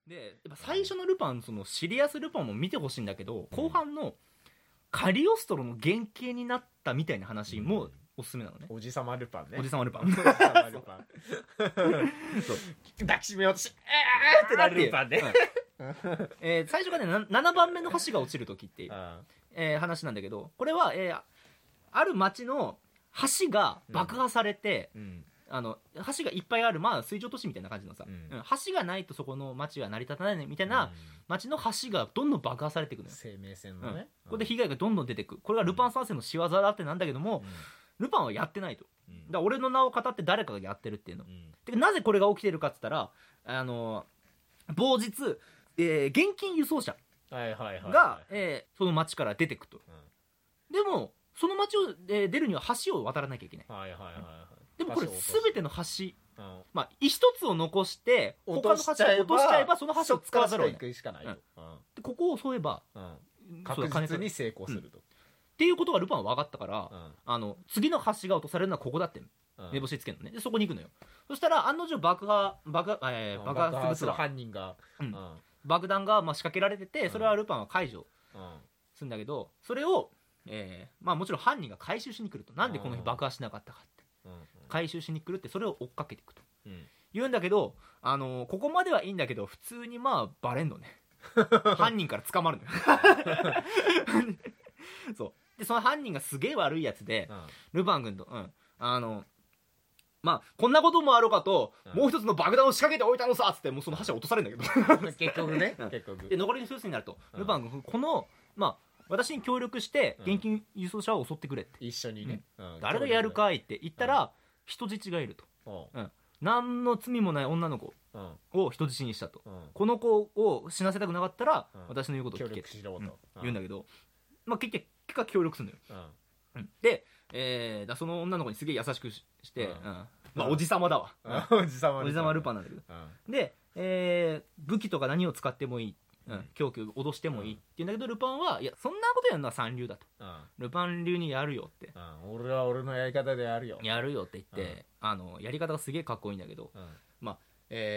でやっぱ最初のルパンそのシリアスルパンも見てほしいんだけど、後半のカリオストロの原型になったみたいな話もおすすめなのね。 おじさまルパンね。 おじさまルパンおじさまルパンそう抱きしめようとしてってなるルパンね。 最初がね7番目の橋が落ちる時っていう、 あ話なんだけど、これは、ある町の橋が爆破されて、橋がいっぱいある、まあ、水上都市みたいな感じのさ、橋がないとそこの町は成り立たないねみたいな、町の橋がどんどん爆破されていくのよ。 生命線のね、 これで被害がどんどん出てく。これがルパン三世の仕業だってなんだけども、ルパンはやってないと。だから俺の名を語って誰かがやってるっていうの。でなぜこれが起きてるかっつったら、某日、現金輸送車がその町から出てくと。でもその町を出るには橋を渡らなきゃいけない。でもこれ全ての橋、まあ一つを残して他の橋を落としちゃえばその橋を使わざるを得ない。でここを襲えば確実に成功すると。 っていうことがルパンは分かったから、次の橋が落とされるのはここだって目星つけるのね。でそこに行くのよ。そしたら案の定爆破する犯人が、 爆弾がまあ仕掛けられてて、それはルパンは解除するんだけど、それをまあもちろん犯人が回収しに来ると。なんでこの日爆破しなかったかって回収しに来るって、それを追っかけていくと言うんだけど、ここまではいいんだけど普通にまあバレんのね犯人から捕まるのよそうでその犯人がすげえ悪いやつで、ルパン軍と、まあこんなこともあろうかと、もう一つの爆弾を仕掛けておいたのさっつって、もうその橋は落とされるんだけど結局ね、結局で残りの一つになると、ルパン軍このまあ私に協力して現金輸送車を襲ってくれって、 一緒にね、 誰がやるかいって言ったら、人質がいると、何の罪もない女の子を人質にしたと、この子を死なせたくなかったら私の言うことを聞けって言うんだけど、まあ結果協力するのよ。でその女の子にすげえ優しくして、まあおじさまだわおじさまルパンなんだけど、で武器とか何を使ってもいい、凶器を脅してもいいって言うんだけど、ルパンはいやそんなことやるのは三流だと、ルパン流にやるよって、 俺は俺のやり方でやるよって言って、やり方がすげえかっこいいんだけど、まあ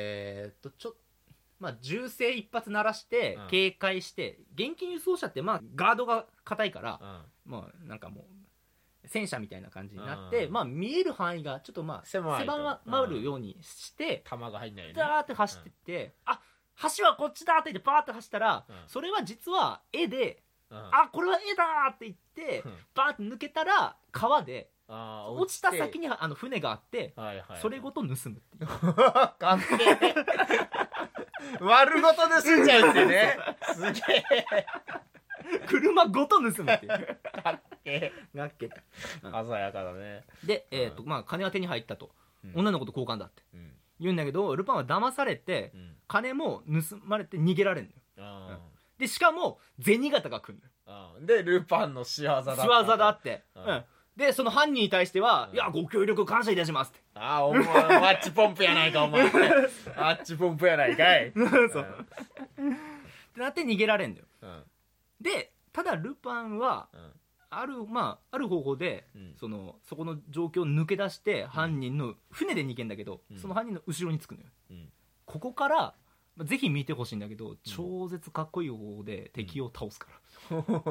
まあ銃声一発鳴らして警戒して、現金輸送車ってまあガードが硬いから、まあなんかもう戦車みたいな感じになって、まあ見える範囲がちょっとまあ狭まるようにして弾が入んないよね、 ダーって走ってって、あ橋はこっちだって言ってバーって走ったら、それは実は絵で、あこれは絵だって言ってバーって抜けたら川で落ちた先に船があって、それごと盗むっていうかっけえ丸ごと盗んじゃうってねすげえ車ごと盗むっていうかっけなっけ鮮やかだね。 で、まあ金は手に入ったと、女の子と交換だって言うんだけど、ルパンは騙されて、金も盗まれて逃げられるのよ。でしかも銭形が来るのよ。 でルパンの仕業だって、でその犯人に対しては、いやご協力感謝いたしますって、 お前マッチポンプやないかお前マッチポンプやないかいそうってなって逃げられんだよ。でただルパンはある方法で、そこの状況を抜け出して犯人の船で逃げんだけど、その犯人の後ろにつくのよ。ここからぜひ見てほしいんだけど、超絶かっこいい方法で敵を倒すから、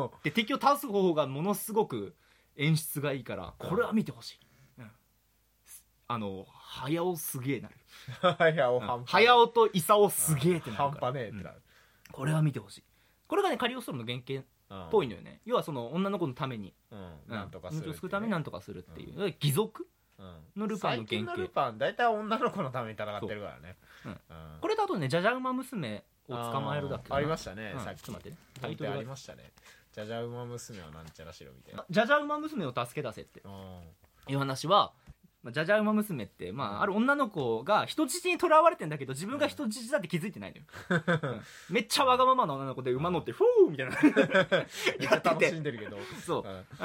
で敵を倒す方法がものすごく演出がいいから、これは見てほしい。早尾すげえなる早尾と功すげえってなるから、 半端ねえってなる。 これは見てほしい。これがねカリオストロの原型っぽいのよね。要はその女の子のためになんとかする、 救うためになんとかするっていう、義足のルパンの原型。 最近のルパン大体女の子のために戦ってるからね。 これだとね、じゃじゃ馬娘を捕まえるだっけ。 ありましたね、さっき。 ちょっと待ってね、 タイトルありましたね。じゃじゃ馬娘はなんちゃらしろみたいな。 じゃじゃ馬娘を助け出せっていう話は、じゃじゃ馬娘って、ある女の子が人質にとらわれてんだけど、自分が人質だって気づいてないのよ。めっちゃわがままな女の子で馬乗ってフーみたいなめっちゃ楽しんでるけど、 そう、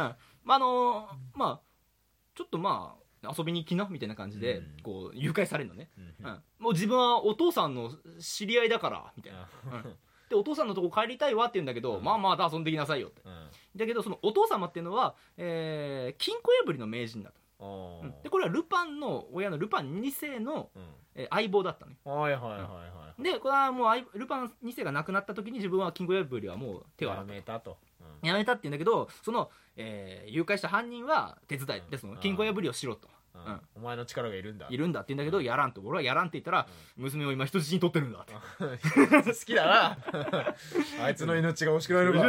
ちょっと遊びに来なみたいな感じでこう誘拐されるのね。もう自分はお父さんの知り合いだからみたいな。でお父さんのとこ帰りたいわって言うんだけど、また遊んできなさいよって。だけどそのお父様っていうのは金庫破りの名人だと。でこれはルパンの親のルパン2世の相棒だったのよ。 でこれはもうルパン2世が亡くなった時に自分は金庫破りはもう手をやめたと、 やめたって言うんだけど、その、誘拐した犯人は手伝いでその金庫破りをしろと、 お前の力がいるんだって言うんだけど、やらんと、俺はやらんって言ったら、娘を今人質に取ってるんだって、 好きだなあいつの命が惜しくないのか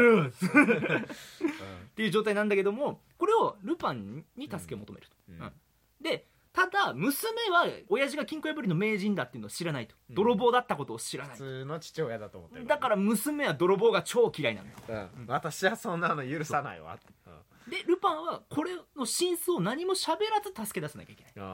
っていう状態なんだけども、これをルパンに助けを求めると、でただ娘は親父が金庫破りの名人だっていうのを知らないと、泥棒だったことを知らない、 普通の父親だと思ってる、 だから娘は泥棒が超嫌いなんだよ、 私はそんなの許さないわ、 でルパンはこれの真相を何も喋らず助け出さなきゃいけない、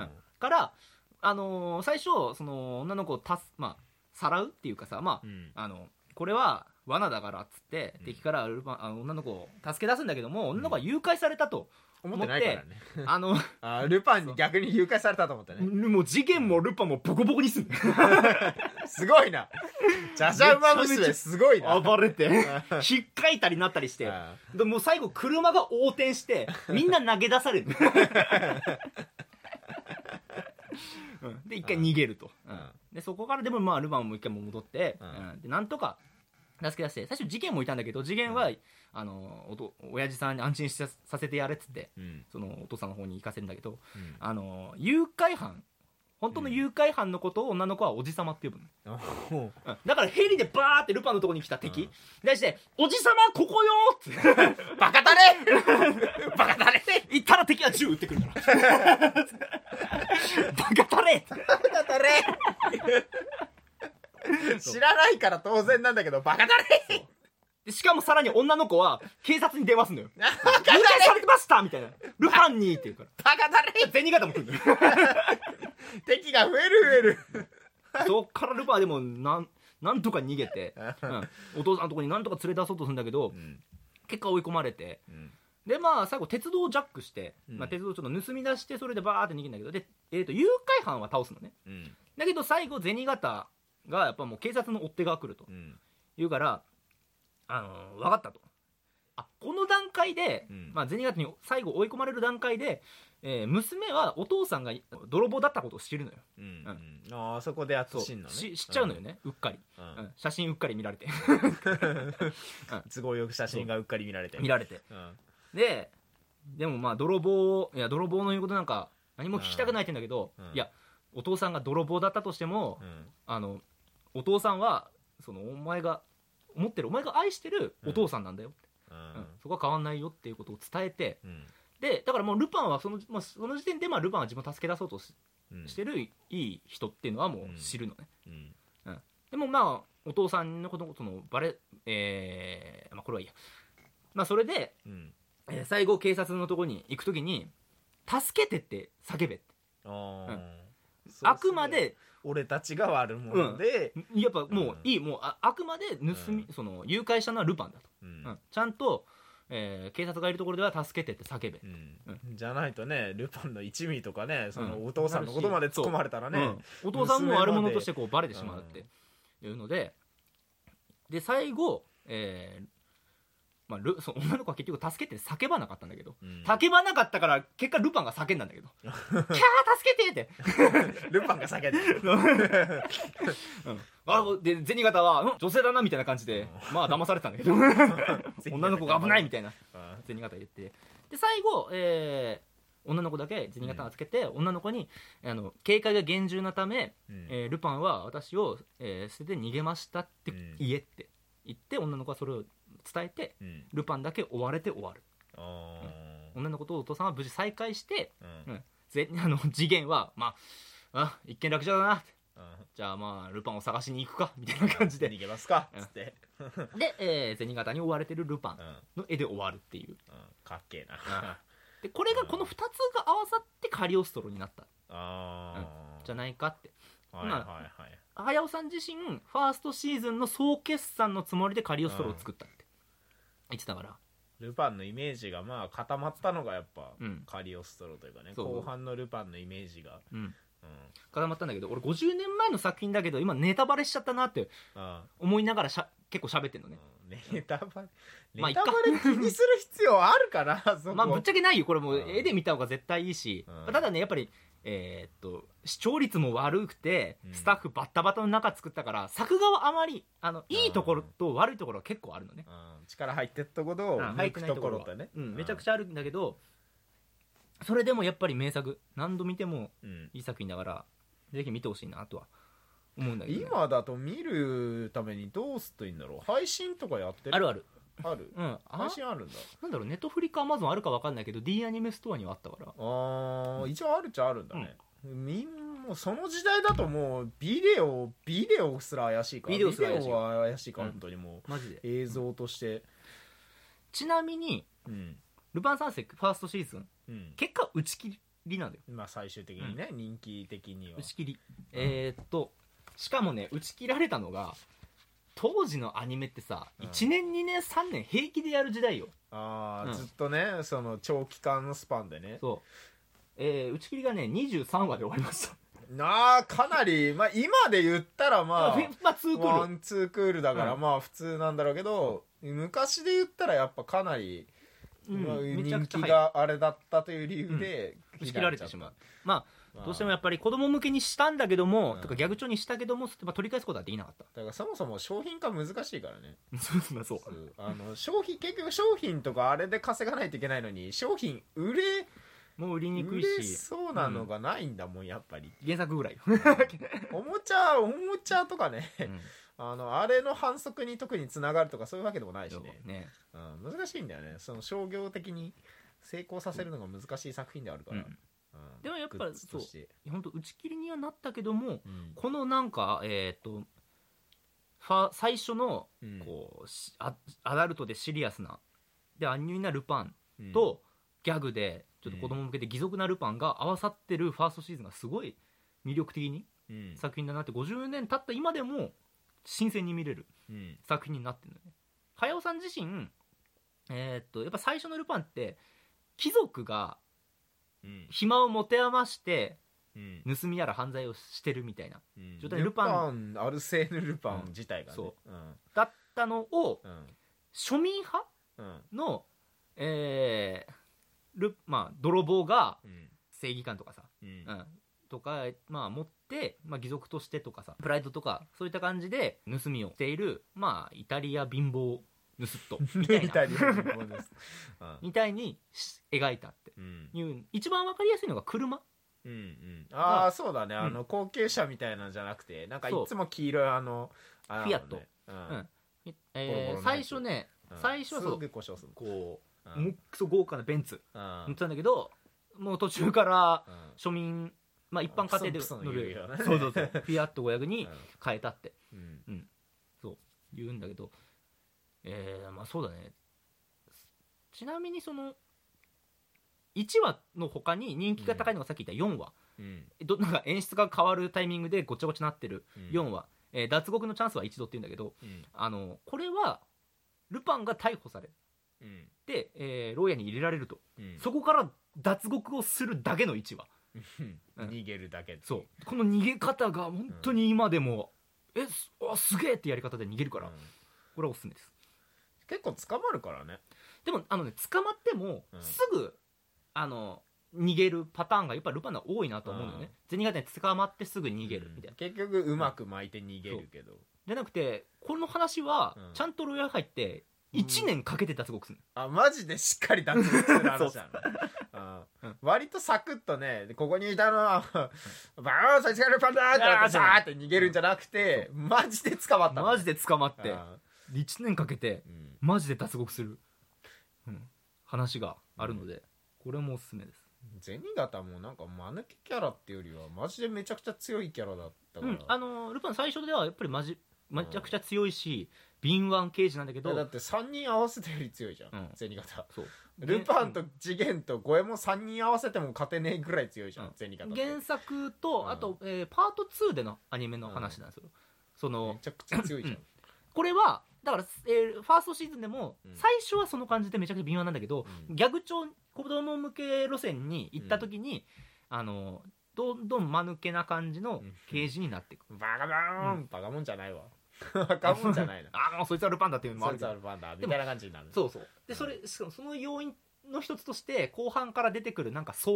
から、最初その女の子をさらうっていうかさ、これは罠だからっつって、敵から女の子を助け出すんだけども、女の子は誘拐されたと思ってないからねルパンに逆に誘拐されたと思ってね、 もう事件もルパンもボコボコにすんすごいな、じゃじゃ馬娘すごいな、 暴れてひっかいたりなったりして、でもう最後車が横転してみんな投げ出されるで一回逃げると、でそこからでもルパンも一回も戻って、でなんとか助け出して、最初事件もいたんだけど、事件は親父さんに安心させてやれっつって、そのお父さんの方に行かせるんだけど、誘拐犯、本当の誘拐犯のことを女の子はおじさまって呼ぶの、だからヘリでバーってルパンのとこに来た敵に対して「おじさまここよ!」って「バカだれバカだれ!」言ったら敵は銃撃ってくるから「バカだれ!」バカだれ知らないから当然なんだけど、バカだれしかもさらに女の子は警察に電話すんのよ。誘拐されてましたみたいな。ルパンにって言うから。 バカだれ銭形も来るのよ。 敵が増える。 そっからルパンはでもなんとか逃げて、お父さんのとこになんとか連れ出そうとするんだけど、結果追い込まれて、で最後鉄道をジャックして、鉄道をちょっと盗み出して、それでバーって逃げるんだけど、で、誘拐犯は倒すのね。だけど最後銭形がやっぱもう警察の追っ手が来ると、言うから分かったと、この段階で、銭形に最後追い込まれる段階で、娘はお父さんが泥棒だったことを知るのよ、 そこで知んのね、 知っちゃうのよね、うっかり、写真うっかり見られて都合よく写真がうっかり見られて、 でも泥棒の言うことなんか何も聞きたくないって言うんだけど、いやお父さんが泥棒だったとしても、お父さんはそのお前が愛してるお父さんなんだよ、そこは変わんないよっていうことを伝えて、でだからもうルパンはその時点でルパンは自分を助け出そうとしてるいい人っていうのはもう知るのね、でもお父さんのことそのこれはいいや、それで、最後警察のところに行くときに助けてって叫べって、あくまで俺たちが悪者で、 やっぱもういい、もうあくまでその誘拐したのはルパンだと、ちゃんと、警察がいるところでは助けてって叫べ、 じゃないとね、ルパンの一味とかね、そのお父さんのことまで突っ込まれたらね、 お父さんも悪者としてこうバレてしまうっていうので、最後、その女の子は結局助けて叫ばなかったんだけど、叫ばなかったから結果ルパンが叫んだんだけどキャー助けてってルパンが叫んでで銭形は女性だなみたいな感じで騙されてたんだけど女の子が危ないみたいな銭形言って、で最後、女の子だけ銭形がつけて、女の子に警戒が厳重なため、ルパンは私を、捨てて逃げましたって言えって言って、女の子はそれを伝えて、ルパンだけ追われて終わる、女の子とお父さんは無事再会して、次元は一件落着だなって、じゃあルパンを探しに行くかみたいな感じで逃げますかっつってで、銭形に追われてるルパンの絵で終わるっていう、 かっけえなでこれがこの2つが合わさってカリオストロになったじゃないかって、早尾さん自身ファーストシーズンの総決算のつもりでカリオストロを作ったって言ってたから、 ルパンのイメージが固まったのがやっぱ、カリオストロというかね、後半のルパンのイメージが、 固まったんだけど、俺50年前の作品だけど今ネタバレしちゃったなって思いながら結構喋ってんのね、 ネタバレ気にする必要あるかなそこぶっちゃけないよ、これもう絵で見た方が絶対いいし、ただねやっぱり視聴率も悪くてスタッフバッタバタの中作ったから、作画はあまりいいところと悪いところが結構あるのね。 力入ってったところ入ってないところとね、めちゃくちゃあるんだけど、それでもやっぱり名作、何度見てもいい作品だから、ぜひ見てほしいなとは思うんだけど、ね、 今だと見るためにどうすっといいんだろう。配信とかやってる？ あるあるある、配信あるんだ。 なんだろう、ネットフリかアマゾンあるか分かんないけど D アニメストアにはあったから、 一応あるっちゃあるんだね。もうその時代だともうビデオすら怪しいから。ビデオは怪しいから、本当にもうマジで映像として。 ちなみに、ルパン三世ファーストシーズン、結果打ち切りなんだよ。 まあ最終的にね、人気的には打ち切り。しかもね、打ち切られたのが当時のアニメってさ、1年2年3年平気でやる時代よ。 ずっとね、その長期間のスパンでね。 そう、打ち切りがね23話で終わりました。 かなり、まあ、今で言ったらまあ、 2クールワンツークールだからまあ普通なんだろうけど、昔で言ったらやっぱかなり、人気があれだったという理由で打ち切られてしまう。まあどうしてもやっぱり子供向けにしたんだけども、とかギャグ調にしたけども、取り返すことはできなかった。 だからそもそも商品化難しいからね。 そう結局商品とかあれで稼がないといけないのに、商品もう売りにくいし、 そうなのがないんだもん、やっぱり。 原作ぐらいおもちゃとかね、あれの反則に特につながるとかそういうわけでもないしね、難しいんだよね。その商業的に成功させるのが難しい作品であるから、 でもやっぱそう本当打ち切りにはなったけども、このなんか最初のこうアダルトでシリアスなでアンニュイなルパンとギャグでちょっと子供向けで義足なルパンが合わさってるファーストシーズンがすごい魅力的に作品だなって、50年経った今でも新鮮に見れる作品になってるのね。早尾さん自身やっぱ最初のルパンって貴族が暇を持て余して盗みやら犯罪をしてるみたいな状態で、 ルパンアルセーヌ・ルパン自体がね、 だったのを庶民派の泥棒が正義感とかさ、とか、持って、義足としてとかさ、プライドとかそういった感じで盗みをしている、イタリア貧乏盗っ人みたいなみたいに描いたっていう、一番わかりやすいのが車。 そうだね、高級車みたいなんじゃなくて、なんかいつも黄色いフィアット、最初はそうこうクソ豪華なベンツ乗ってたんだけど、もう途中から庶民、一般家庭で乗るフィアット500に変えたってそう言うんだけど、そうだね。ちなみにその1話の他に人気が高いのがさっき言った4話、なんか演出が変わるタイミングでごちゃごちゃなってる4話、脱獄のチャンスは一度って言うんだけど、これはルパンが逮捕されで、牢屋に入れられると、そこから脱獄をするだけの1話逃げるだけ。 そう、この逃げ方が本当に今でも、すげえってやり方で逃げるから、これはおすすめです。 結構捕まるからね。 でも捕まってもすぐ逃げるパターンがやっぱルパンは多いなと思うんだよね。銭形に捕まってすぐ逃げるみたいな、 結局うまく巻いて逃げるけど、 じゃなくてこの話はちゃんと牢屋入って1年かけて脱獄する、 マジでしっかり脱獄する話なの割とサクッとね、ここにいたのはバーンそいつがルパンだってザーって逃げるんじゃなくて、マジで捕まったマジで捕まって1年かけてマジで脱獄する話があるので、これもおすすめです。 銭形もなんか間抜けキャラっていうよりはマジでめちゃくちゃ強いキャラだったから、 ルパン最初ではやっぱりめちゃくちゃ強いし、敏腕刑事なんだけど、 だって3人合わせてより強いじゃん、銭形。ルパンと次元と五右衛門3人合わせても勝てねえぐらい強いじゃん、銭形。 原作とあと、パート2でのアニメの話なんですよ、そのめちゃくちゃ強いじゃんこれはだから、ファーストシーズンでも最初はその感じでめちゃくちゃ敏腕なんだけど、ギャグ調子供向け路線に行った時に、どんどん間抜けな感じの刑事になっていく。 バカモンじゃないわバカモンじゃないなもうそいつはルパンだっていうのもあるけど、 そいつはルパンだみたいな感じになる。 そうでしかもその要因の一つとして後半から出てくるなんか相関、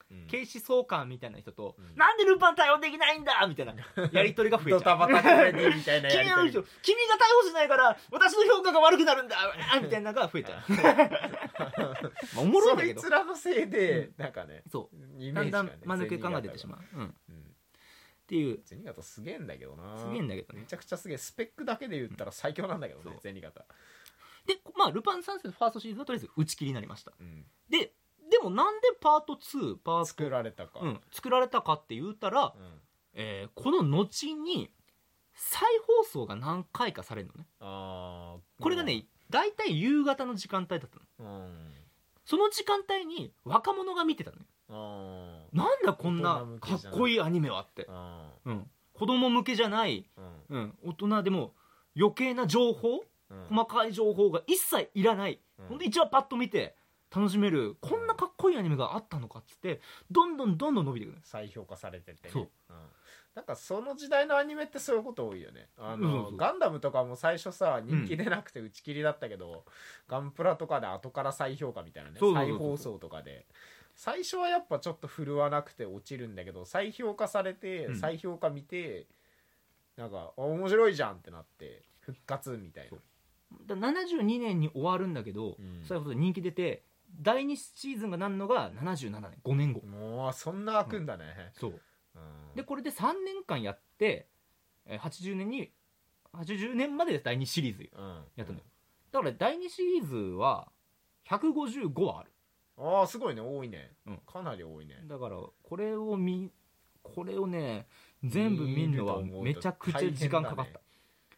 警視総監みたいな人と、なんでルパン逮捕できないんだみたいなやり取りが増えちゃう。ドタバタコメディみたいなやり取り。君が逮捕しないから私の評価が悪くなるんだみたいなのが増えちゃう。おもろいんだけど。そいつらのせいでなんかね、そうだんだん間抜け感が出てしまう。っていう銭形すげえんだけどな。 すげえんだけどね。 めちゃくちゃすげえ。スペックだけで言ったら最強なんだけどね、銭形。 でまあルパン三世のファーストシリーズはとりあえず打ち切りになりました。でもなんでパート2パート作られたか、 作られたかって言うたら、この後に再放送が何回かされるのね。これがね大体夕方の時間帯だったの。その時間帯に若者が見てたのよ。なんだこんなかっこいいアニメはって、子供向けじゃない、大人でも余計な情報、細かい情報が一切いらない、ほんで一話パッと見て楽しめるこんなかっこいいアニメがあったのかっつってどんどん伸びていくる。 再評価されててね。そう、なんかその時代のアニメってそういうこと多いよね。ガンダムとかも最初さ人気出なくて打ち切りだったけど、ガンプラとかで後から再評価みたいなね、再放送とかで最初はやっぱちょっと振るわなくて落ちるんだけど、再評価されて、再評価見てなんか面白いじゃんってなって復活みたいな。 72年に終わるんだけど、そういうことで人気出て第2シーズンがなんのが77年、5年後。 もうそんな開くんだね。 そうでこれで3年間やって80年まで第2シリーズやったのよ。だから第2シリーズは155話ある。 ああすごいね、多いね、かなり多いね。 だからこれをね全部見るのはめちゃくちゃ時間かかった。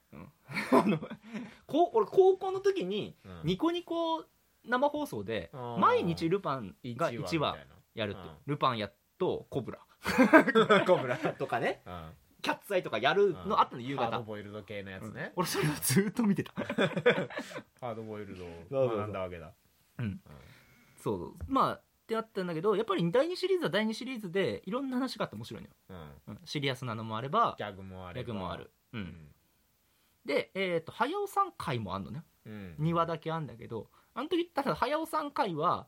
俺高校の時にニコニコ生放送で毎日ルパンが1話やるって、ルパンやっとコブラとかね、キャッツアイとかやるのあったの夕方。 ハードボイルド系のやつね。 俺それをずっと見てた。 ハードボイルドを学んだわけだ。 そうまあってあったんだけど、やっぱり第2シリーズは第2シリーズでいろんな話があって面白いのよ。シリアスなのもあればギャグもある。 で早尾さん回もあんのね。2話だけあんだけど、あの時ただ早尾さん回は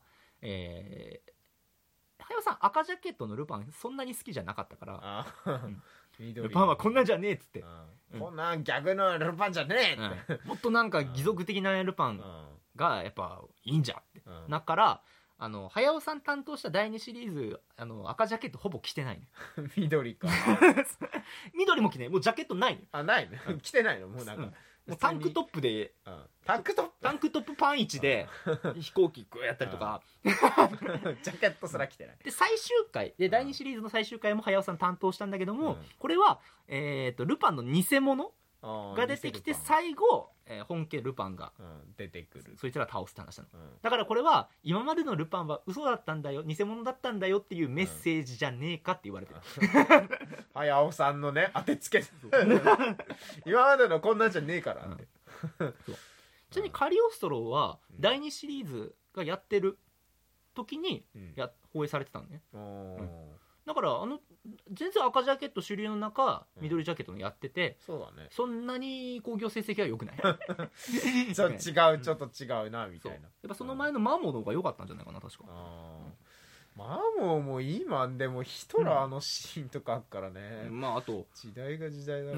早尾さん赤ジャケットのルパンそんなに好きじゃなかったから、ルパンはこんなんじゃねえっつって、 こんなん逆のルパンじゃねえって、 もっとなんか義足的なルパンがやっぱいいんじゃって、だから早尾さん担当した第2シリーズ赤ジャケットほぼ着てないね。 緑か緑も着ねえ、もうジャケットないね。 ないね着てないの。もうなんかもうタンクトップで、タンクトップパン1で飛行機こうやったりとか、 ジャケットすら着てない。 で最終回で第2シリーズの最終回も早尾さん担当したんだけども、これはルパンの偽物が出てきて最後本家ルパンが出てくる、 そいつら倒すって話なの。だからこれは今までのルパンは嘘だったんだよ、偽物だったんだよっていうメッセージじゃねえかって言われてる。 早尾さんのね当てつけ今までのこんなんじゃねえからって。 ちなみにカリオストロは第2シリーズがやってる時に放映されてたのね。だから全然赤ジャケット主流の中、緑ジャケットのやってて、 そうだね、 そんなに興行成績は良くない。 ちょっと違うなみたいな。 やっぱその前のマモの方が良かったんじゃないかな確か。 マモも今でもヒトラーのシーンとかあっからね。 まああと時代が時代だから、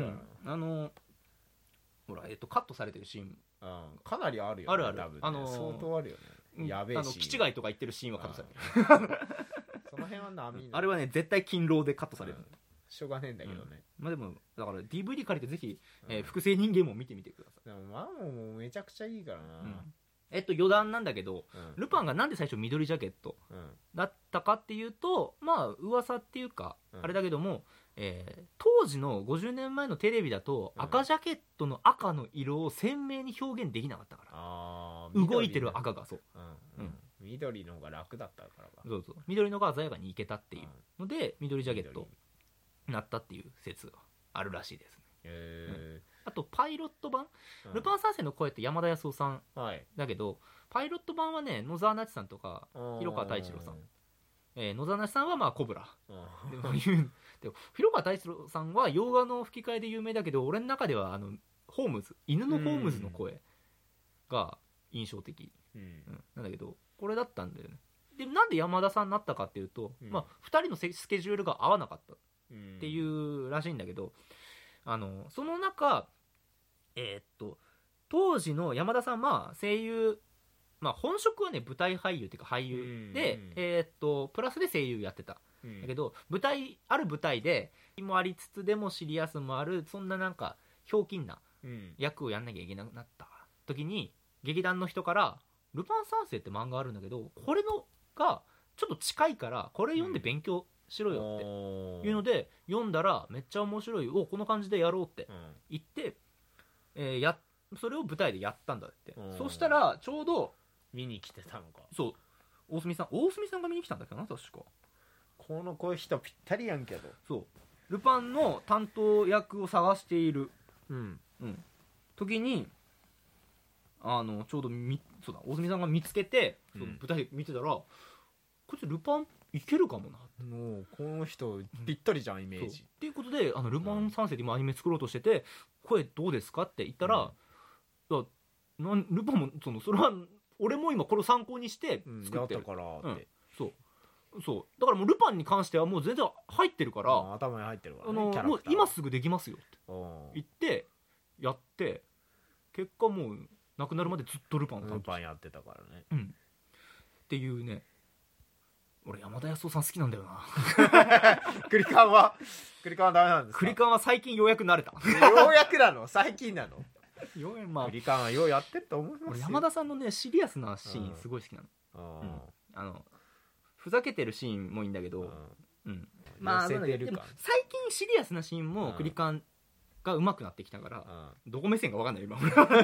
ほらカットされてるシーンかなりあるよね。 ある多分相当あるよね。やべえし、 気違いとか言ってるシーンはカットされてる。 その辺は波あれはね絶対勤労でカットされる。 しょうがねえんだけどね。 まあでもだから DVD 借りてぜひ複製人間も見てみてください。 でもマモもめちゃくちゃいいからな。 余談なんだけど、ルパンがなんで最初緑ジャケットだったかっていうと、まあ噂っていうかあれだけども、当時の50年前のテレビだと赤ジャケットの赤の色を鮮明に表現できなかったから、動いてる赤がそう、 緑の方が楽だったからか。 そう緑の方が鮮やかにいけたっていうので緑ジャケットになったっていう説があるらしいですね。あとパイロット版、ルパン三世の声って山田康夫さんだけど、パイロット版はね野沢那智さんとか広川太一郎さん、野沢那智さんはまあコブラでも広川太一郎さんは洋画の吹き替えで有名だけど、俺の中ではホームズ、犬のホームズの声が印象的、なんだけどこれだったんだよね。 でなんで山田さんになったかっていうと、2人のスケジュールが合わなかったっていうらしいんだけど、その中当時の山田さんは声優、本職はね舞台俳優っていうか俳優で、プラスで声優やってた、だけどある舞台でもありつつでもシリアスもある、そんななんかひょうきんな役をやんなきゃいけなくなった時に、劇団の人から「ルパン三世って漫画あるんだけど、これのがちょっと近いからこれ読んで勉強しろよ」っていうので、読んだらめっちゃ面白い、この感じでやろうって言って、それを舞台でやったんだって。そしたらちょうど見に来てたのか。 そう、大隅さんが見に来たんだっけな、確か。 この人ぴったりやんけど。 そう、ルパンの担当役を探している時にちょうどそうだ、大隅さんが見つけて、その舞台見てたら、こいつルパンいけるかもな、 もうこの人ぴったりじゃんイメージっていうことで、ルパン三世で今アニメ作ろうとしてて、声どうですかって言ったら、ルパンもそれは俺も今これを参考にして作ってる、 やったからって、 そうだからもうルパンに関してはもう全然入ってるから、 頭に入ってるからね、 もう今すぐできますよって言ってやって、結果もう亡くなるまでずっとルパンやってたからね、 っていうね。俺山田康夫さん好きなんだよな。 クリカンはダメなんですか。 クリカンは最近ようやく慣れた。 ようやくなの、最近なの。クリカンはようやってると思いますよ。 俺山田さんのねシリアスなシーンすごい好きなの。ふざけてるシーンもいいんだけど、でも最近シリアスなシーンもクリカンが上手くなってきたから、どこ目線か分かんない今。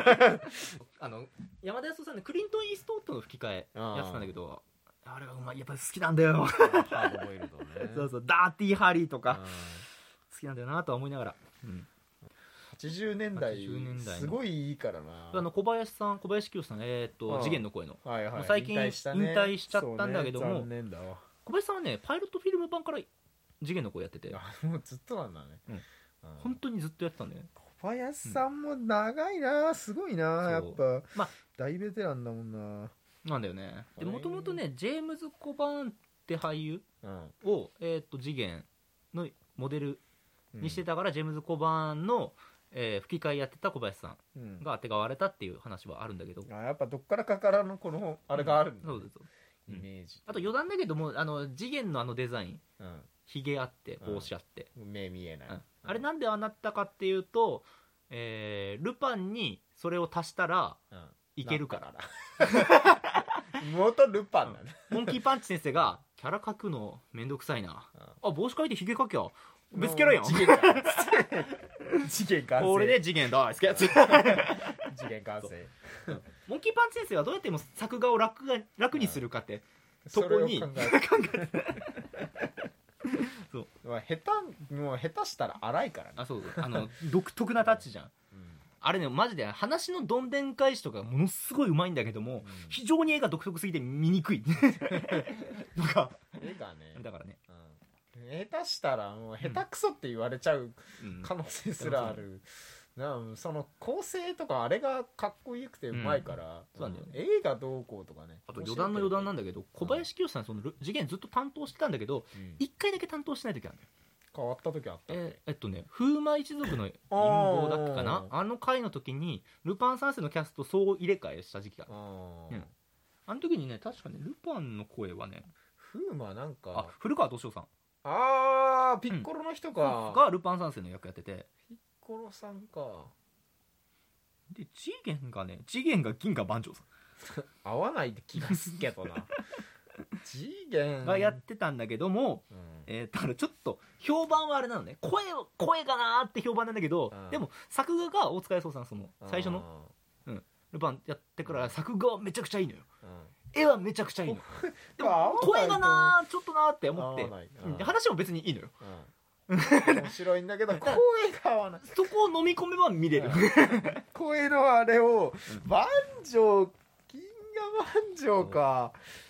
山田康夫さんね、クリントン・イーストウッドの吹き替えやってたんだけど、あれがうまい、やっぱり好きなんだよ。 ハードボイルドね。 そうそう、ダーティーハリーとか好きなんだよなとは思いながら。 80年代すごいいいからな。 小林清さん、次元の声の、最近引退しちゃったんだけども、小林さんはねパイロットフィルム版から次元の声やってて、 もうずっとなんだね。 本当にずっとやってたんだよね。 小林さんも長いな、すごいな、やっぱ大ベテランだもんな。 なんだよね。でもともとねジェームズ・コバーンって俳優を、次元のモデルにしてたから、ジェームズ・コバーンの、吹き替えやってた小林さんがあてがわれたっていう話はあるんだけど、 やっぱどっからかからのこのあれがあるんだ、 そうです、 イメージ。 あと余談だけども、次元のデザイン、ひげあって帽子あって、 目見えない、 あれなんでああなったかっていうと、ルパンにそれを足したらいけるからだ。 元ルパンだね。 モンキーパンチ先生がキャラ描くのめんどくさいな、帽子描いてひげ描きゃ別キャラやん。次元完成。 これで次元大好きやつ。 次元完成。 モンキーパンチ先生はどうやっても作画を楽にするかってとこに考えそう、もう下手したら荒いからね。 そう独特なタッチじゃん。あれねマジで話のどんでん返しとかものすごいうまいんだけども、非常に絵が独特すぎて見にくい。とか絵がね、 だからね、 下手したらもう下手くそって言われちゃう可能性すらある。その構成とかあれがかっこよくてうまいから、映画どうこうとかね。 あと余談なんだけど、小林清さんその次元ずっと担当してたんだけど、1回だけ担当してない時あるんだよ。 変わった時あった。 風魔一族の陰謀だっけかな、あの回の時にルパン三世のキャスト総入れ替えした時期があの時にね、確かねルパンの声はね、 風魔なんか古川敏夫さん、 ピッコロの人か、 がルパン三世の役やってて、 ピッコロさんかで、次元が銀河番長さん合わないって気がするけどな。次元がやってたんだけども、だからちょっと評判はあれなのね、声がなーって評判なんだけど、でも作画が大塚康夫さん、その最初の、ルパンやってから作画はめちゃくちゃいいのよ、絵はめちゃくちゃいいの。でも声がなーちょっとなーって思って、話も別にいいのよ、 面白いんだけど声が合わない。 そこを飲み込めば見れる。 声のあれを銀河万丈か、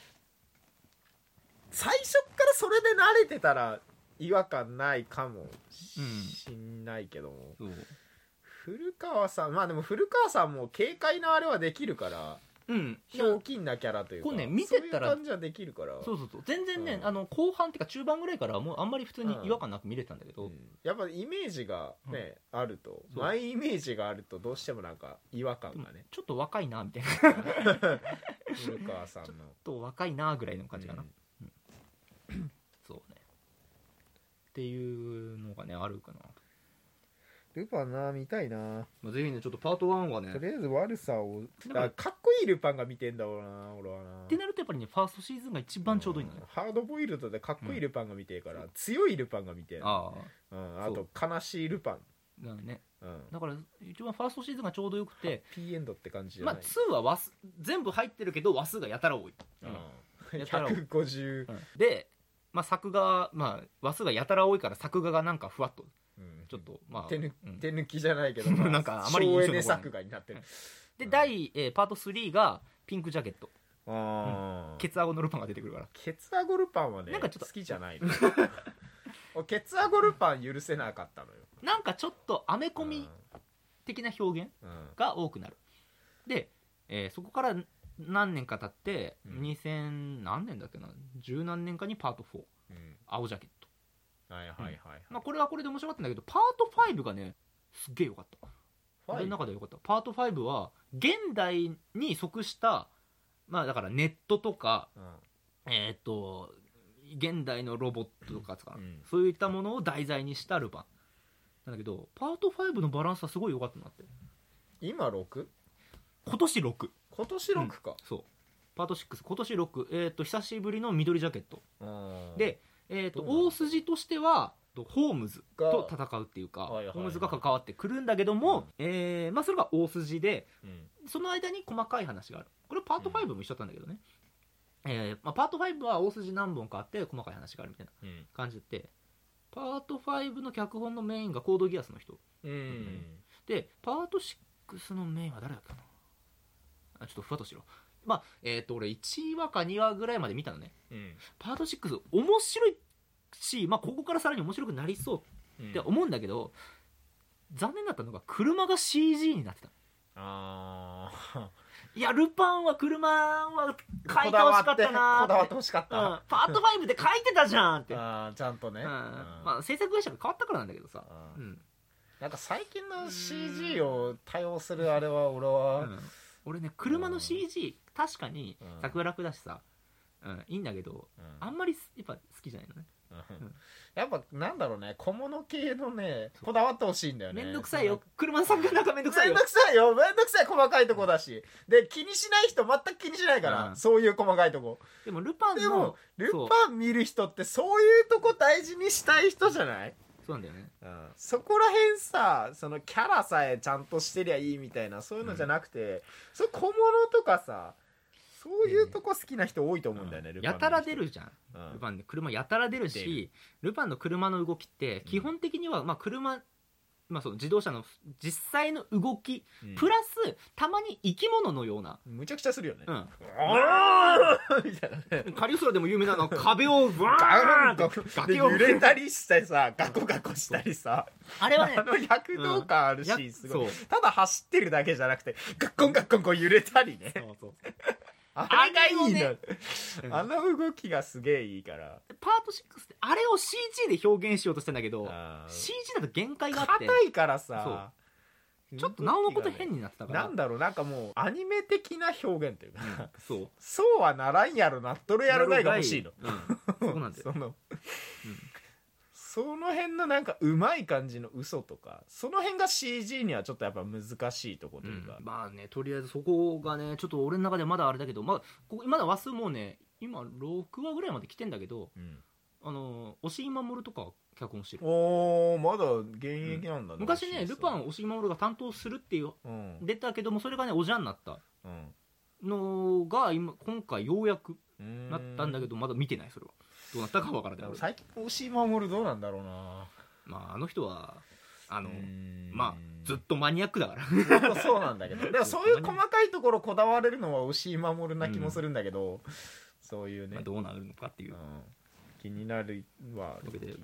最初からそれで慣れてたら違和感ないかもしんないけども、古川さんでも古川さんも軽快なあれはできるから、 ひょうきんなキャラというか、 こうね見てたらそういう感じはできるから、 そう全然ね、後半っていうか中盤ぐらいからもうあんまり普通に違和感なく見れたんだけど、 やっぱイメージがね、あると、マイイメージがあるとどうしてもなんか違和感がね、 ちょっと若いなみたいな古川さんのちょっと若いなぐらいの感じかな、そうねっていうのがねあるかな。 ルパンな見たいな、 ぜひねちょっとパート1はねとりあえず悪さをかっこいいルパンが見てんだろうな俺はな。 ってなるとやっぱりねファーストシーズンが一番ちょうどいいのよ、 ハードボイルドでかっこいいルパンが見てるから、強いルパンが見てる、あと悲しいルパンだね、だから一番ファーストシーズンがちょうどよくてハッピーエンドって感じじゃない。 2は全部入ってるけど話数がやたら多い、 やたら多い150、 で、作画、話数がやたら多いから作画がなんかふわっとちょっと手抜きじゃないけどなんかあまり印象省エネ作画になってる。 でパート3がピンクジャケット、ケツアゴのルパンが出てくるから。 ケツアゴルパンはねなんかちょっと好きじゃないのケツアゴルパン許せなかったのよ。 なんかちょっとアメコミ的な表現が多くなる。で、そこから何年か経って、2000何年だっけな、十何年かにパート4、青ジャケット。これはこれで面白かったんだけど、パート5がねすっげえ良かった。俺の中で良かった。パート5は現代に即した、だからネットとか、現代のロボットとかそういったものを題材にしたルパンなんだけど、パート5のバランスはすごい良かったなって。 今 6？ 今年6。 今年6か、 そうパート6今年6、久しぶりの緑ジャケットで、大筋としてはホームズと戦うっていうか、ホームズが関わってくるんだけども、それが大筋で、その間に細かい話がある。これパート5も一緒だったんだけどね、パート5は大筋何本かあって細かい話があるみたいな感じで、パート5の脚本のメインがコードギアスの人、でパート6のメインは誰だったかな、ちょっとふわっとしろ。俺1話か2話ぐらいまで見たのね、パート6面白いし、ここからさらに面白くなりそうって思うんだけど、残念だったのが車が CG になってた。いやルパンは車は描いてほしかったなこだわってほしかった、 パート5で描いてたじゃんって。 ちゃんとね、 制作会社が変わったからなんだけどさ、 なんか最近の CG を多用するあれは俺ね車の CG 確かに作画楽だしさ、いいんだけど、あんまりやっぱ好きじゃないのね。 やっぱなんだろうね、小物系のねこだわってほしいんだよね。 めんどくさいよ車の作画なんかめんどくさいよ。 めんどくさい細かいとこだし、で気にしない人全く気にしないから、そういう細かいとこ。 でもルパン見る人ってそういうとこ大事にしたい人じゃない？ そうなんだよね、 そこら辺さ、そのキャラさえちゃんとしてりゃいいみたいな、そういうのじゃなくて、そう小物とかさ、そういうとこ好きな人多いと思うんだよね、ルパンやたら出るじゃん、ルパンで車やたら出るし、ルパンの車の動きって基本的には車、その自動車の実際の動き、プラスたまに生き物のような、 むちゃくちゃするよね、みたいなね。 カリオストラでも有名なの壁をガーンと崖を揺れたりしてさ、ガコガコしたりさ、 あれはね躍動感あるし、すごい。ただ走ってるだけじゃなくてガッコンガッコンこう揺れたりね、あれがいいの、あの動きがすげえいいから。 パート6ってあれを CG で表現しようとしてんだけど、 CG だと限界があって、 硬いからさ、 ちょっとなおのこと変になってたから、 なんだろう、なんかもうアニメ的な表現というか、 そうはならんやろなっとるやろがいが欲しいの。 そうなんだよ。 その辺のなんかうまい感じの嘘とか、その辺が CG にはちょっとやっぱ難しいところというか、 とりあえずそこがねちょっと俺の中ではまだあれだけど、まだ話数もうね今6話ぐらいまで来てんだけど、押井守とか脚本してる。 まだ現役なんだね。 昔ねルパン押井守が担当するっていう、出たけどもそれがねおじゃんになったのが今回ようやくなったんだけど、まだ見てない。それはどうなったかわからない。 最近押井守どうなんだろうな。 あの人はずっとマニアックだからそうなんだけど、でもそういう細かいところこだわれるのは押井守な気もするんだけど、そういうね、 どうなるのかっていう、 気になるわけで、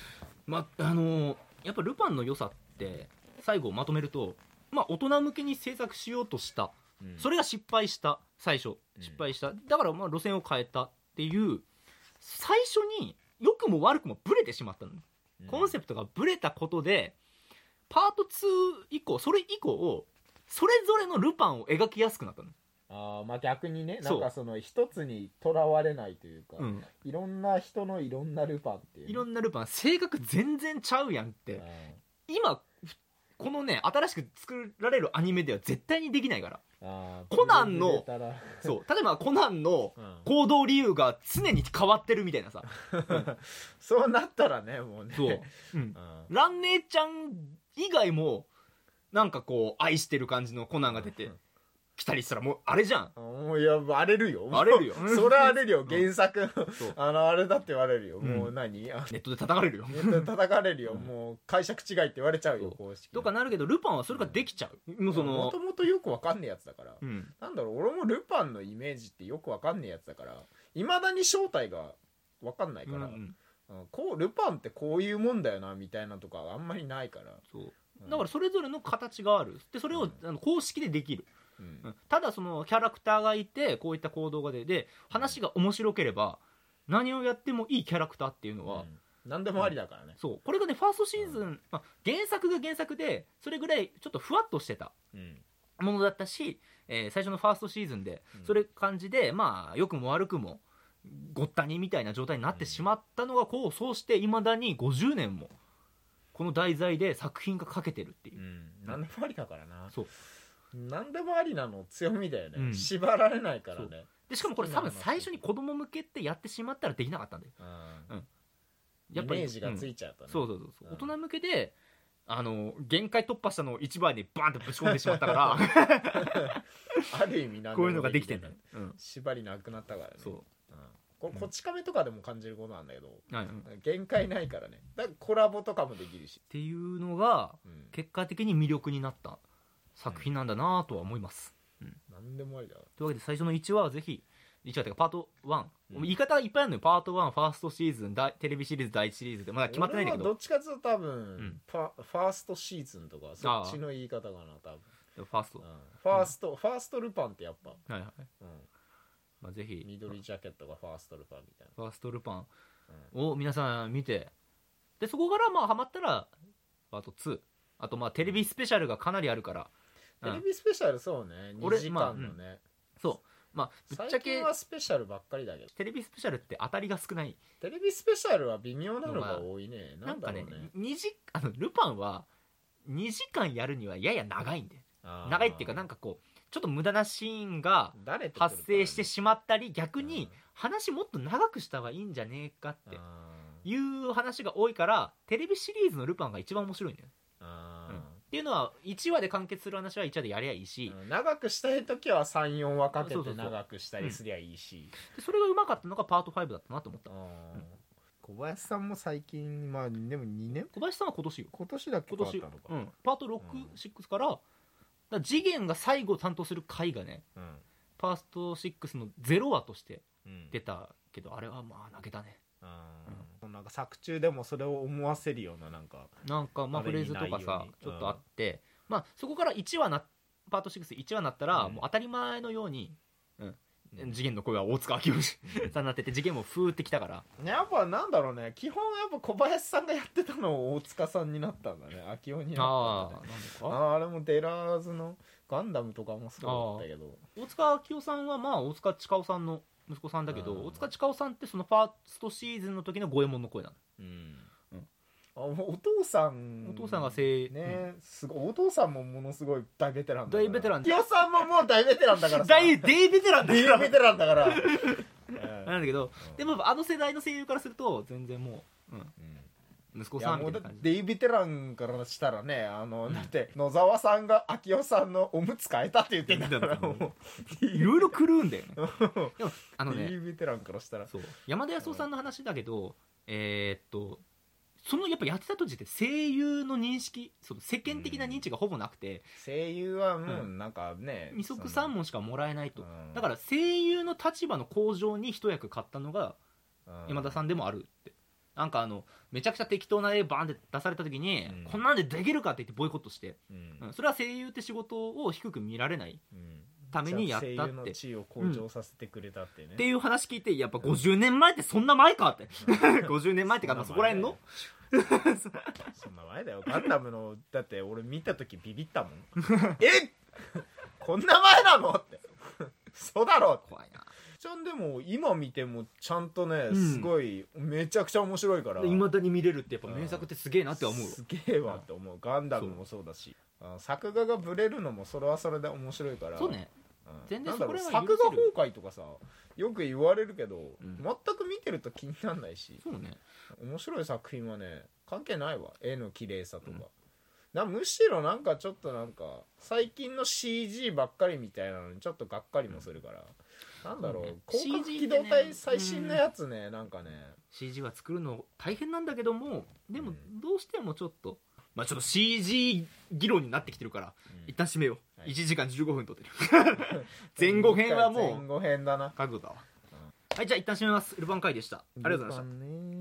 やっぱルパンの良さって最後まとめると、大人向けに制作しようとしたそれが失敗した最初失敗した、だからまあ路線を変えたっていう最初に良くも悪くもブレてしまったの、コンセプトがブレたことでパート2以降それ以降それぞれのルパンを描きやすくなったの。 まあ逆にね、なんかその一つにとらわれないというか、いろんな人のいろんなルパンっていう、 いろんなルパン性格全然ちゃうやんって、今このね新しく作られるアニメでは絶対にできないから。コナンのそう例えばコナンの行動理由が常に変わってるみたいなさ、 そうなったらねもうねそう、 蘭姉ちゃん以外もなんかこう愛してる感じのコナンが出て来たりしたらもうあれじゃん。 いや荒れるよ荒れるよそれは荒れるよ原作あれだって言われるよ、もう何ネットで叩かれるよネットで叩かれるよ、もう解釈違いって言われちゃうよ公式とかなるけど、ルパンはそれができちゃう。もともとよくわかんねえやつだから、なんだろう、俺もルパンのイメージってよくわかんねえやつだからいまだに正体がわかんないから、こうルパンってこういうもんだよなみたいなとかあんまりないから、 そうだからそれぞれの形があるで、それを公式でできる。ただそのキャラクターがいてこういった行動がで話が面白ければ何をやってもいいキャラクターっていうのは、 何でもありだからね、 そうこれがねファーストシーズン、原作が原作でそれぐらいちょっとふわっとしてたものだったし、最初のファーストシーズンでそれ感じで、まあ良くも悪くもごったにみたいな状態になってしまったのがこうそうしていまだに50年もこの題材で作品が書けてるっていう、 何でもありだからな。 そう何でもありなの強みだよね、縛られないからね。 でしかもこれ多分最初に子供向けってやってしまったらできなかったんだよ、 やっぱりイメージがついちゃうとね、 そう大人向けで限界突破したのを一番にバーンとぶち込んでしまったからある意味こういうのができてんだよ、 縛りなくなったからね。 そうこち亀とかでも感じることなんだけど、限界ないからね。だからコラボとかもできるしっていうのが結果的に魅力になった作品なんだなとは思います、 何でもありだ。 というわけで最初の1話はぜひ1話というかパート1、言い方がいっぱいあるのよ。パート1ファーストシーズンテレビシリーズ第1シリーズでまだ決まってないんだけど、 どっちかというと多分、ファーストシーズンとかそっちの言い方かな多分。 ファーストルパンってやっぱまあ、ぜひ緑ジャケットがファーストルパンみたいな、 ファーストルパンを皆さん見て、でそこからまあハマったらパート2、あとまあテレビスペシャルがかなりあるから、 テレビスペシャルそうね、2時間のね、 そうまあぶっちゃけ最近はスペシャルばっかりだけど、 テレビスペシャルって当たりが少ない。 テレビスペシャルは微妙なのが多いね。 なんだろうね、ルパンは2時間やるにはやや長いんで、長いっていうかなんかこうちょっと無駄なシーンが発生してしまったり、逆に話もっと長くした方がいいんじゃねえかっていう話が多いから、テレビシリーズのルパンが一番面白いんだよ。っていうのは1話で完結する話は1話でやりゃいいし、 長くしたい時は 3,4 話かけて長くしたりすりゃいいし、 それがうまかったのがパート5だったなと思った。 小林さんも最近、まあでも2年、 小林さんは今年よ。 今年だっけ変わったのか、 パート6、6から次元が最後担当する回がね、ファースト6の0話として出たけど、あれはまあ投げたね。 なんか作中でもそれを思わせるようななんかまあフレーズとかさちょっとあって、まあそこから1話パート61話になったらもう当たり前のように、次元の声は大塚明夫さんになってて、次元もふーってきたから、 やっぱなんだろうね、基本やっぱ小林さんがやってたのを大塚さんになったんだね、明夫になったんだね。あれもデラーズのガンダムとかもそうだったけど、 大塚明夫さんはまあ大塚千佳夫さんの息子さんだけど、大塚千佳夫さんってそのファーストシーズンの時の五右衛門の声なの。 お父さんがすごい、お父さんもものすごい大ベテランだから、 大ベテラン、 明夫さんももう大ベテランだからさ大ベテランだからなんだけど、でもあの世代の声優からすると全然もう、息子さんみたいな感じ。 デイベテランからしたらね、だって野沢さんが明夫さんのおむつ変えたって言ってんだから、もういろいろ狂うんだよね。でもデイベテランからしたらそう山田康夫さんの話だけど、そのやっぱやってた当時って声優の認識、その世間的な認知がほぼなくて、 声優はもうなんかね、 二足三文しかもらえないと、だから声優の立場の向上に一役買ったのが山田さんでもあるって。なんかめちゃくちゃ適当な絵バーンって出された時に、こんなんでできるかって言ってボイコットして、それは声優って仕事を低く見られない、 ためにやったって、 声優の地位を向上させてくれたってね、 っていう話聞いて、やっぱ50年前ってそんな前かって50年前ってか、まあ、そこら辺のそんな前だよ。ガンダムのだって俺見た時ビビったもんえこんな前なのってそうだろ怖いな。 ちゃんでも今見てもちゃんとねすごいめちゃくちゃ面白いから、 いまだに見れるってやっぱ名作ってすげえなって思う。 すげえわって思う。ガンダムもそうだし、作画がブレるのもそれはそれで面白いから。 そうね、全然そこら辺は作画崩壊とかさよく言われるけど、 全く見てると気にならないし、 そうね、 面白い作品はね関係ないわ、絵の綺麗さとか、むしろなんかちょっとなんか最近の CG ばっかりみたいなのにちょっとがっかりもするから、なんだろう、広角機動隊最新のやつね、なんかね CG は作るの大変なんだけども、でもどうしてもちょっと、まあちょっと CG 議論になってきてるから、一旦締めよう、1時間15分撮ってる前後編はもう前後編だな、 覚悟だわ、はい、じゃあ一旦締めます。ルパン会でした。ありがとうございました。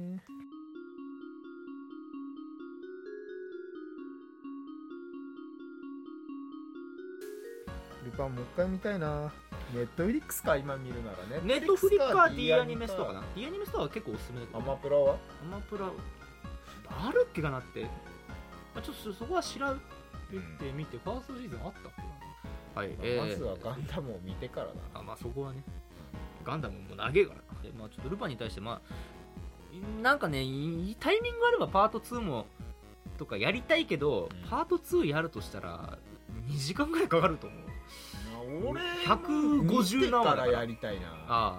ルパンもう一回見たいな。ネットフリックスか今見るならね。 ネットフリックスか D アニメストアかな。 D アニメストアは結構おすすめだけど、 アマプラはアマプラあるっけかなって、まあ、ちょっとそこは調べてみて、ファーストシーズンあったっけな。はい、 まずはガンダムを見てからだ。 まあそこはね、ガンダムも長えからな。で、まあ、ちょっとルパンに対してまあなんかね、タイミングあればパート2もとかやりたいけど、パート2やるとしたら2時間ぐらいかかると思う。 俺 150何話だからやりたいな。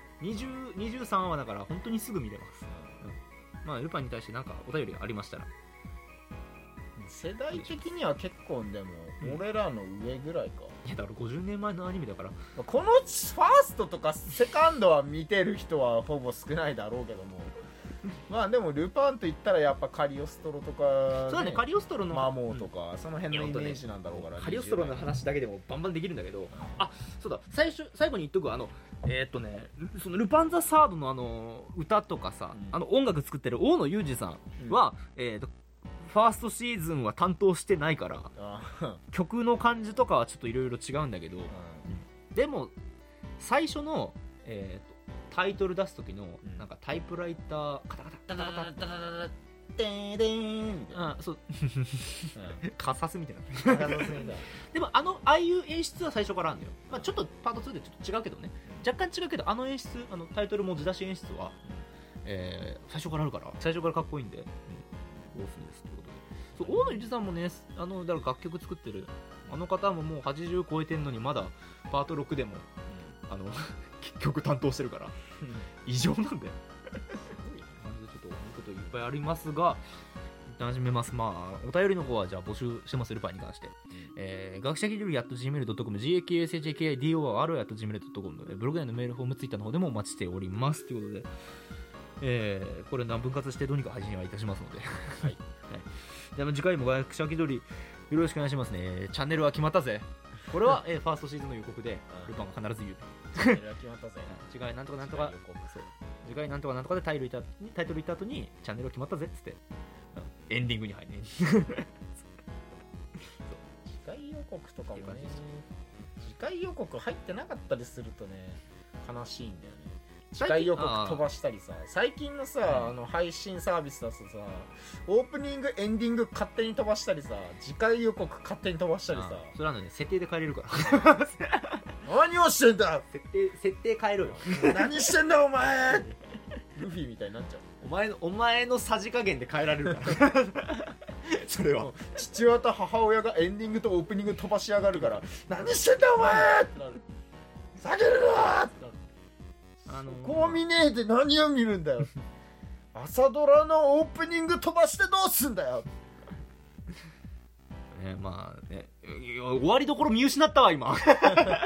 23話だから本当にすぐ見れます、まあルパンに対してなんかお便りがありましたら。 世代的には結構でも俺らの上ぐらいか。 いやだから50年前のアニメだから、 このファーストとかセカンドは見てる人はほぼ少ないだろうけどもまあでもルパンといったらやっぱカリオストロとか、ね、 そうだね、カリオストロのマモーとか、その辺のイメージなんだろうから、 カリオストロの話だけでもバンバンできるんだけど、そうだ、最後に言っとく、そのルパンザサードの歌とかさ、音楽作ってる大野裕二さんは、ファーストシーズンは担当してないから曲の感じとかはちょっといろいろ違うんだけど、でも最初の、タイトル出す時のなんかタイプライターカタカタカタカタカタカタデーンみたいな、そうカサスみたいなでもああいう演出は最初からあるんだよ、まあ、ちょっとパート2でちょっと違うけどね、若干違うけど、演出、タイトル文字出し演出は、最初からあるから、最初からかっこいいんで、おすすめですということで。そう、大野裕二さんもね、だから楽曲作ってる方ももう80超えてんのにまだパート6でも曲担当してるから異常なんだよちょっと思うこといっぱいありますが、一旦始めます。まあお便りの方はじゃあ募集してます。ルパンに関して、学者気取り @gmail.com gakshakidor@gmail.com ブログ内のメールフォーム、ツイッターの方でもお待ちしておりますということで、これ分割してどうにか配信はいたしますのではい、はい、でも次回も学者気取りよろしくお願いしますね。チャンネルは決まったぜ。これは、ファーストシーズンの予告でルパンが必ず言う。 チャンネルは決まったぜ。 次回なんとかなんとか、次回なんとかなんとかでタイトル言った後にチャンネルは決まったぜっつって、エンディングに入るね次回予告とかもね、次回予告入ってなかったりするとね悲しいんだよね。次回予告飛ばしたりさ、最近のさ、配信サービスだとさ、オープニングエンディング勝手に飛ばしたりさ、次回予告勝手に飛ばしたりさ、 それはね、設定で変えれるから何をしてんだ、 設定変えろよ何してんだお前ルフィみたいになっちゃう。 お前のさじ加減で変えられるからそれは父親と母親がエンディングとオープニング飛ばしやがるから何してんだお前ってなる。下げるなってなる。こう見ねえで何を見るんだよ朝ドラのオープニング飛ばしてどうすんだよまあね、終わりどころ見失ったわ今終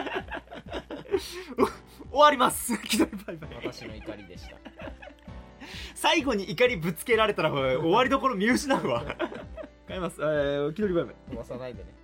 わります気取りバイバイ。 私の怒りでした最後に怒りぶつけられたら終わりどころ見失うわ帰ります。気取りバイバイ。 飛ばさないでね。